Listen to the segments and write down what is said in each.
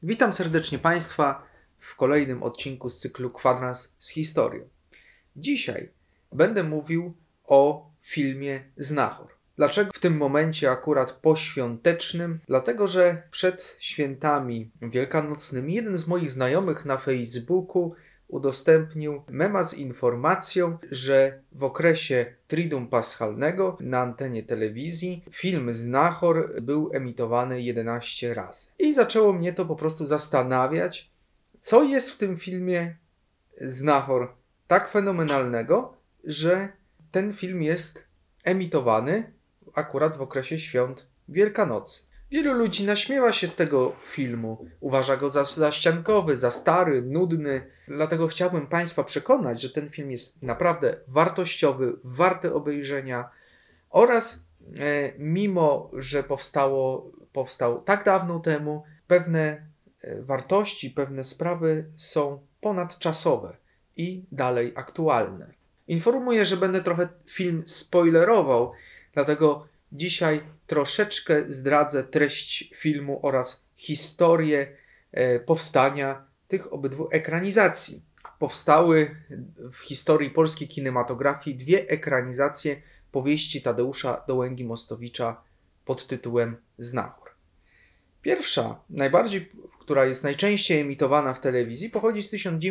Witam serdecznie Państwa w kolejnym odcinku z cyklu Kwadrans z historią. Dzisiaj będę mówił o filmie Znachor. Dlaczego w tym momencie akurat poświątecznym? Dlatego, że przed świętami wielkanocnymi jeden z moich znajomych na Facebooku udostępnił mema z informacją, że w okresie Triduum Paschalnego na antenie telewizji film Znachor był emitowany 11 razy. I zaczęło mnie to po prostu zastanawiać, co jest w tym filmie Znachor tak fenomenalnego, że ten film jest emitowany akurat w okresie świąt Wielkanocy. Wielu ludzi naśmiewa się z tego filmu, uważa go za zaściankowy, za stary, nudny. Dlatego chciałbym Państwa przekonać, że ten film jest naprawdę wartościowy, warty obejrzenia oraz mimo, że powstał tak dawno temu, pewne wartości, pewne sprawy są ponadczasowe i dalej aktualne. Informuję, że będę trochę film spoilerował, dlatego dzisiaj troszeczkę zdradzę treść filmu oraz historię powstania tych obydwu ekranizacji. Powstały w historii polskiej kinematografii dwie ekranizacje powieści Tadeusza Dołęgi-Mostowicza pod tytułem Znachor. Pierwsza, która jest najczęściej emitowana w telewizji, pochodzi z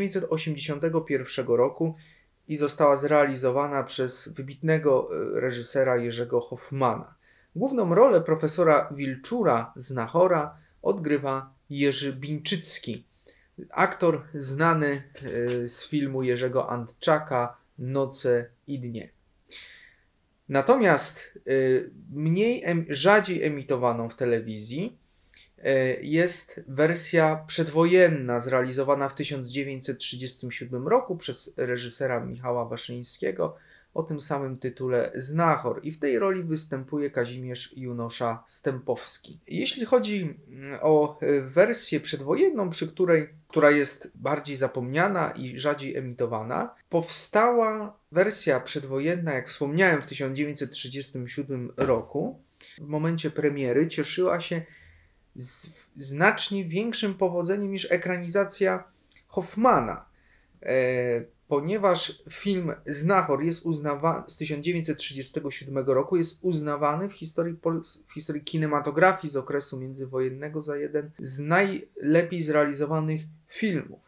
1981 roku i została zrealizowana przez wybitnego reżysera Jerzego Hoffmana. Główną rolę profesora Wilczura Znachora odgrywa Jerzy Bińczycki, aktor znany z filmu Jerzego Antczaka Noce i dnie. Natomiast rzadziej emitowaną w telewizji jest wersja przedwojenna, zrealizowana w 1937 roku przez reżysera Michała Baszyńskiego o tym samym tytule Znachor, i w tej roli występuje Kazimierz Junosza-Stępowski. Jeśli chodzi o wersję przedwojenną, która jest bardziej zapomniana i rzadziej emitowana, powstała wersja przedwojenna, jak wspomniałem, w 1937 roku. W momencie premiery cieszyła się znacznie większym powodzeniem niż ekranizacja Hoffmana, ponieważ film Znachor jest uznawany z 1937 roku, jest uznawany w historii kinematografii z okresu międzywojennego za jeden z najlepiej zrealizowanych filmów.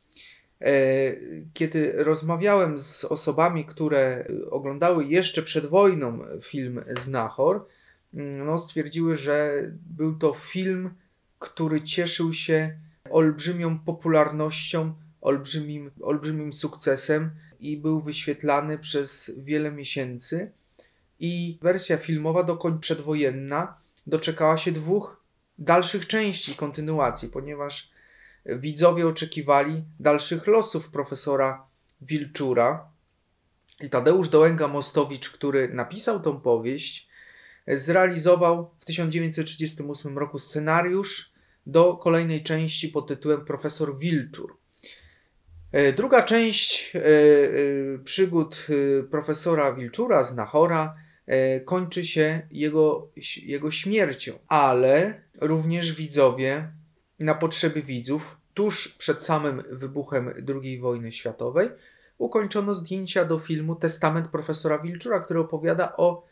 Kiedy rozmawiałem z osobami, które oglądały jeszcze przed wojną film Znachor, stwierdziły, że był to film, który cieszył się olbrzymią popularnością, olbrzymim sukcesem i był wyświetlany przez wiele miesięcy. I wersja filmowa przedwojenna doczekała się 2 dalszych części kontynuacji, ponieważ widzowie oczekiwali dalszych losów profesora Wilczura. I Tadeusz Dołęga-Mostowicz, który napisał tą powieść, zrealizował w 1938 roku scenariusz do kolejnej części pod tytułem Profesor Wilczur. Druga część przygód profesora Wilczura, Znachora, kończy się jego śmiercią, ale również widzowie, na potrzeby widzów, tuż przed samym wybuchem II wojny światowej, ukończono zdjęcia do filmu Testament profesora Wilczura, który opowiada o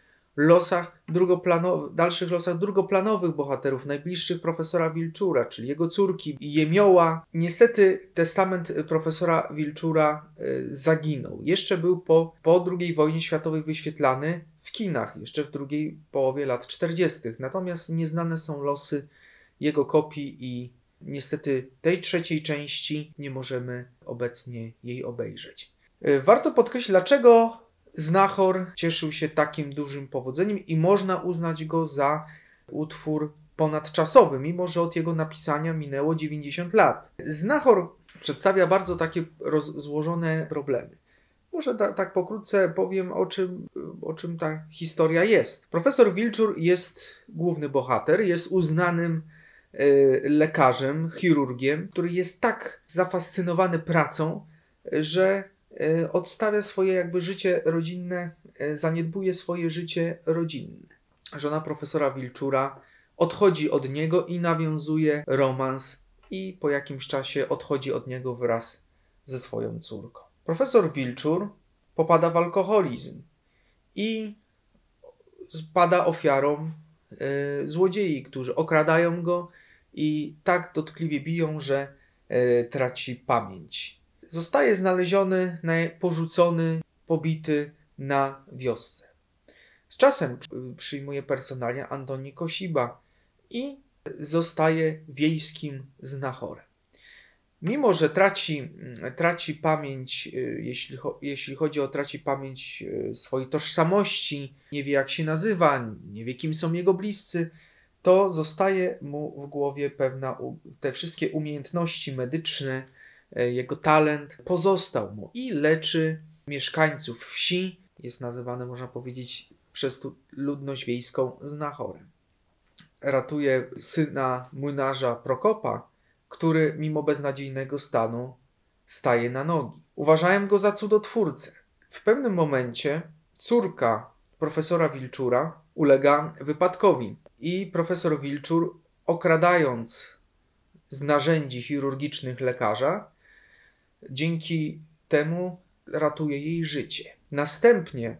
dalszych losach drugoplanowych bohaterów, najbliższych profesora Wilczura, czyli jego córki Jemioła. Niestety testament profesora Wilczura zaginął. Jeszcze był po II wojnie światowej wyświetlany w kinach, jeszcze w drugiej połowie lat 40. Natomiast nieznane są losy jego kopii i niestety tej trzeciej części nie możemy obecnie jej obejrzeć. Warto podkreślić, dlaczego Znachor cieszył się takim dużym powodzeniem i można uznać go za utwór ponadczasowy, mimo że od jego napisania minęło 90 lat. Znachor przedstawia bardzo takie złożone problemy. Może tak pokrótce powiem, o czym ta historia jest. Profesor Wilczur jest główny bohater, jest uznanym lekarzem, chirurgiem, który jest tak zafascynowany pracą, że odstawia swoje życie rodzinne, zaniedbuje swoje życie rodzinne. Żona profesora Wilczura odchodzi od niego i nawiązuje romans i po jakimś czasie odchodzi od niego wraz ze swoją córką. Profesor Wilczur popada w alkoholizm i pada ofiarą złodziei, którzy okradają go i tak dotkliwie biją, że traci pamięć. Zostaje znaleziony, porzucony, pobity na wiosce. Z czasem przyjmuje personalia Antoni Kosiba i zostaje wiejskim znachorem. Mimo że traci pamięć, jeśli chodzi o traci pamięć swojej tożsamości, nie wie jak się nazywa, nie wie kim są jego bliscy, to zostaje mu w głowie te wszystkie umiejętności medyczne, jego talent pozostał mu i leczy mieszkańców wsi, jest nazywany, można powiedzieć, przez ludność wiejską znachorem. Ratuje syna młynarza Prokopa, który mimo beznadziejnego stanu staje na nogi. Uważają go za cudotwórcę. W pewnym momencie córka profesora Wilczura ulega wypadkowi i profesor Wilczur, okradając z narzędzi chirurgicznych lekarza, dzięki temu ratuje jej życie. Następnie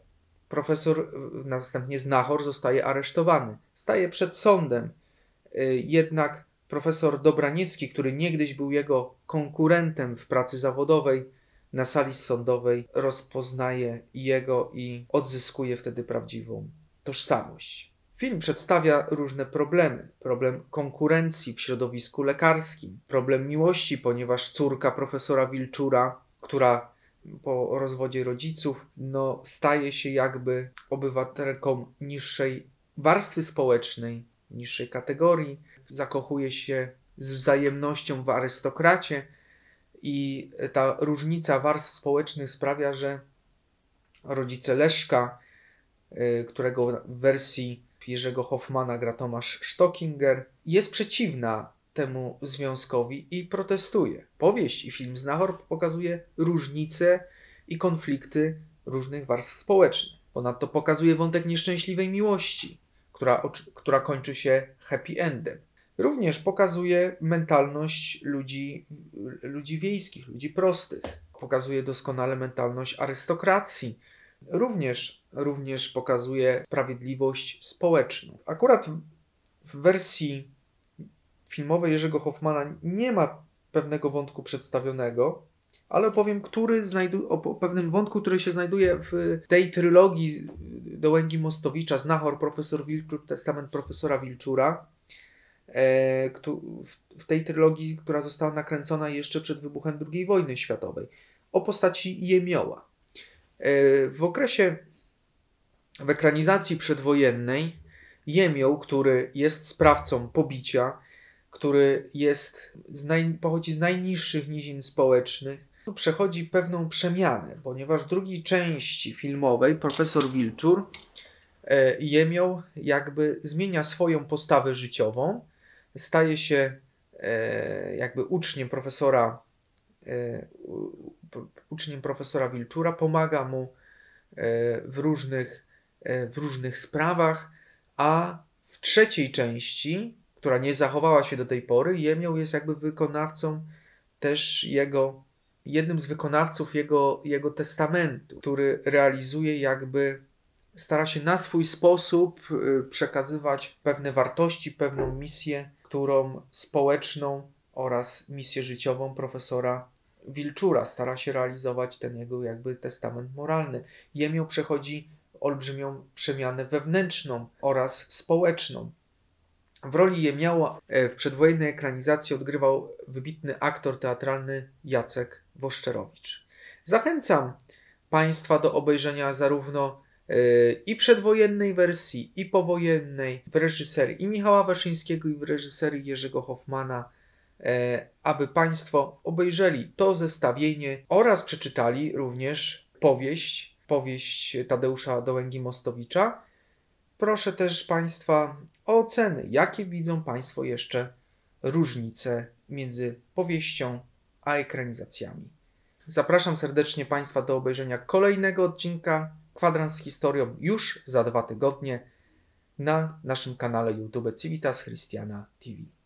znachor zostaje aresztowany. Staje przed sądem. Jednak profesor Dobraniecki, który niegdyś był jego konkurentem w pracy zawodowej, na sali sądowej rozpoznaje jego i odzyskuje wtedy prawdziwą tożsamość. Film przedstawia różne problemy. Problem konkurencji w środowisku lekarskim, problem miłości, ponieważ córka profesora Wilczura, która po rozwodzie rodziców, staje się jakby obywatelką niższej warstwy społecznej, niższej kategorii, zakochuje się z wzajemnością w arystokracie i ta różnica warstw społecznych sprawia, że rodzice Leszka, którego w wersji Jerzego Hoffmana gra Tomasz Stockinger, jest przeciwna temu związkowi i protestuje. Powieść i film Znachor pokazuje różnice i konflikty różnych warstw społecznych. Ponadto pokazuje wątek nieszczęśliwej miłości, która kończy się happy endem. Również pokazuje mentalność ludzi wiejskich, ludzi prostych. Pokazuje doskonale mentalność arystokracji. Również pokazuje sprawiedliwość społeczną. Akurat w wersji filmowej Jerzego Hoffmana nie ma pewnego wątku przedstawionego, ale opowiem, o pewnym wątku, który się znajduje w tej trylogii Dołęgi Mostowicza, Znachor, profesor Wilczur, Testament profesora Wilczura. W tej trylogii, która została nakręcona jeszcze przed wybuchem II wojny światowej, o postaci Jemioła. W ekranizacji przedwojennej Jemioł, który jest sprawcą pobicia, który pochodzi z najniższych nizin społecznych, przechodzi pewną przemianę, ponieważ w drugiej części filmowej profesor Wilczur, Jemioł, jakby zmienia swoją postawę życiową, staje się jakby uczniem profesora Wilczura, pomaga mu w różnych sprawach, a w trzeciej części, która nie zachowała się do tej pory, Jemioł jest jakby wykonawcą też jednym z wykonawców jego testamentu, który realizuje stara się na swój sposób przekazywać pewne wartości, pewną misję, którą społeczną oraz misję życiową profesora Wilczura. Stara się realizować ten jego jakby testament moralny. Jemioł przechodzi olbrzymią przemianę wewnętrzną oraz społeczną. W roli Jemioła w przedwojennej ekranizacji odgrywał wybitny aktor teatralny Jacek Woszczerowicz. Zachęcam Państwa do obejrzenia zarówno i przedwojennej wersji, i powojennej w reżyserii i Michała Weszyńskiego, i w reżyserii Jerzego Hoffmana, aby Państwo obejrzeli to zestawienie oraz przeczytali również powieść Tadeusza Dołęgi Mostowicza. Proszę też Państwa o oceny, jakie widzą Państwo jeszcze różnice między powieścią a ekranizacjami. Zapraszam serdecznie Państwa do obejrzenia kolejnego odcinka Kwadrans z historią już za 2 tygodnie na naszym kanale YouTube Civitas Christiana TV.